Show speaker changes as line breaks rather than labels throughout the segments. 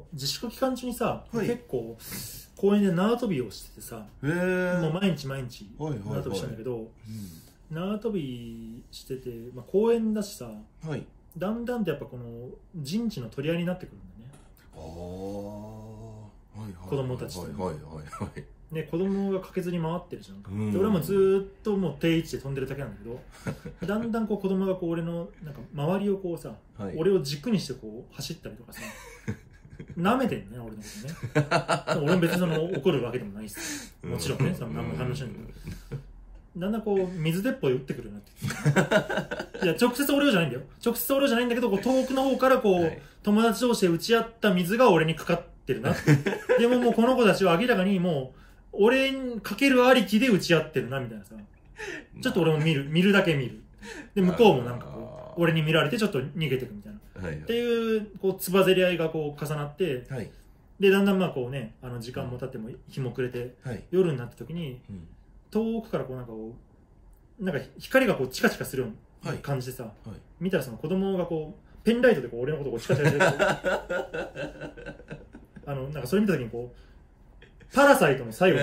自粛期間中にさ、
はい
結構公園で縄跳びをしててさ、
へえ。
もう毎日縄跳びしたんだけど、縄跳びしてて、まあ、公園だしさ、
はい。
だんだんとやっぱこの陣地の取り合いになってくるんだね。
ああ。はいはい。
子供たちと
はいはいはいはい。
ね、子供が駆けずり回ってるじゃん、
うん
で俺もずーっともう定位置で飛んでるだけなんだけどだんだんこう子供がこう俺のなんか周りをこうさ、
はい
俺を軸にしてこう走ったりとかさ舐めてんね俺のことねでも俺も別にその怒るわけでもないしもちろんねその何も反応しないんだけどだんだんこう水鉄砲で撃ってくるようになっていや直接俺をじゃないんだよ直接俺をじゃないんだけどこう遠くの方からこう、はい、友達同士で撃ち合った水が俺にかかってるなでももうこの子たちは明らかにもう俺にかけるありきで打ち合ってるなみたいなさちょっと俺も見るだけ見るで向こうもなんかこう俺に見られてちょっと逃げてくみたいな、はいはい、っていうこうつばぜり合いがこう重なって、はい、でだんだんまあこうね時間も経っても日も暮れて、はい、夜になった時に、うん、遠くからこうなんか光がこうチカチカするような感じでさ、はいはい、見たらその子供がこうペンライトでこう俺のことをチカチカしてるなんかそれ見た時にこうパラサイトの最後に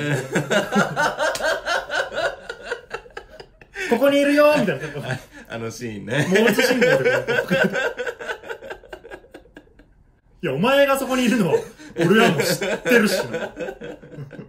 ここにいるよみたいな
シーンね
モールス信号でいやお前がそこにいるのは俺はもう知ってるしな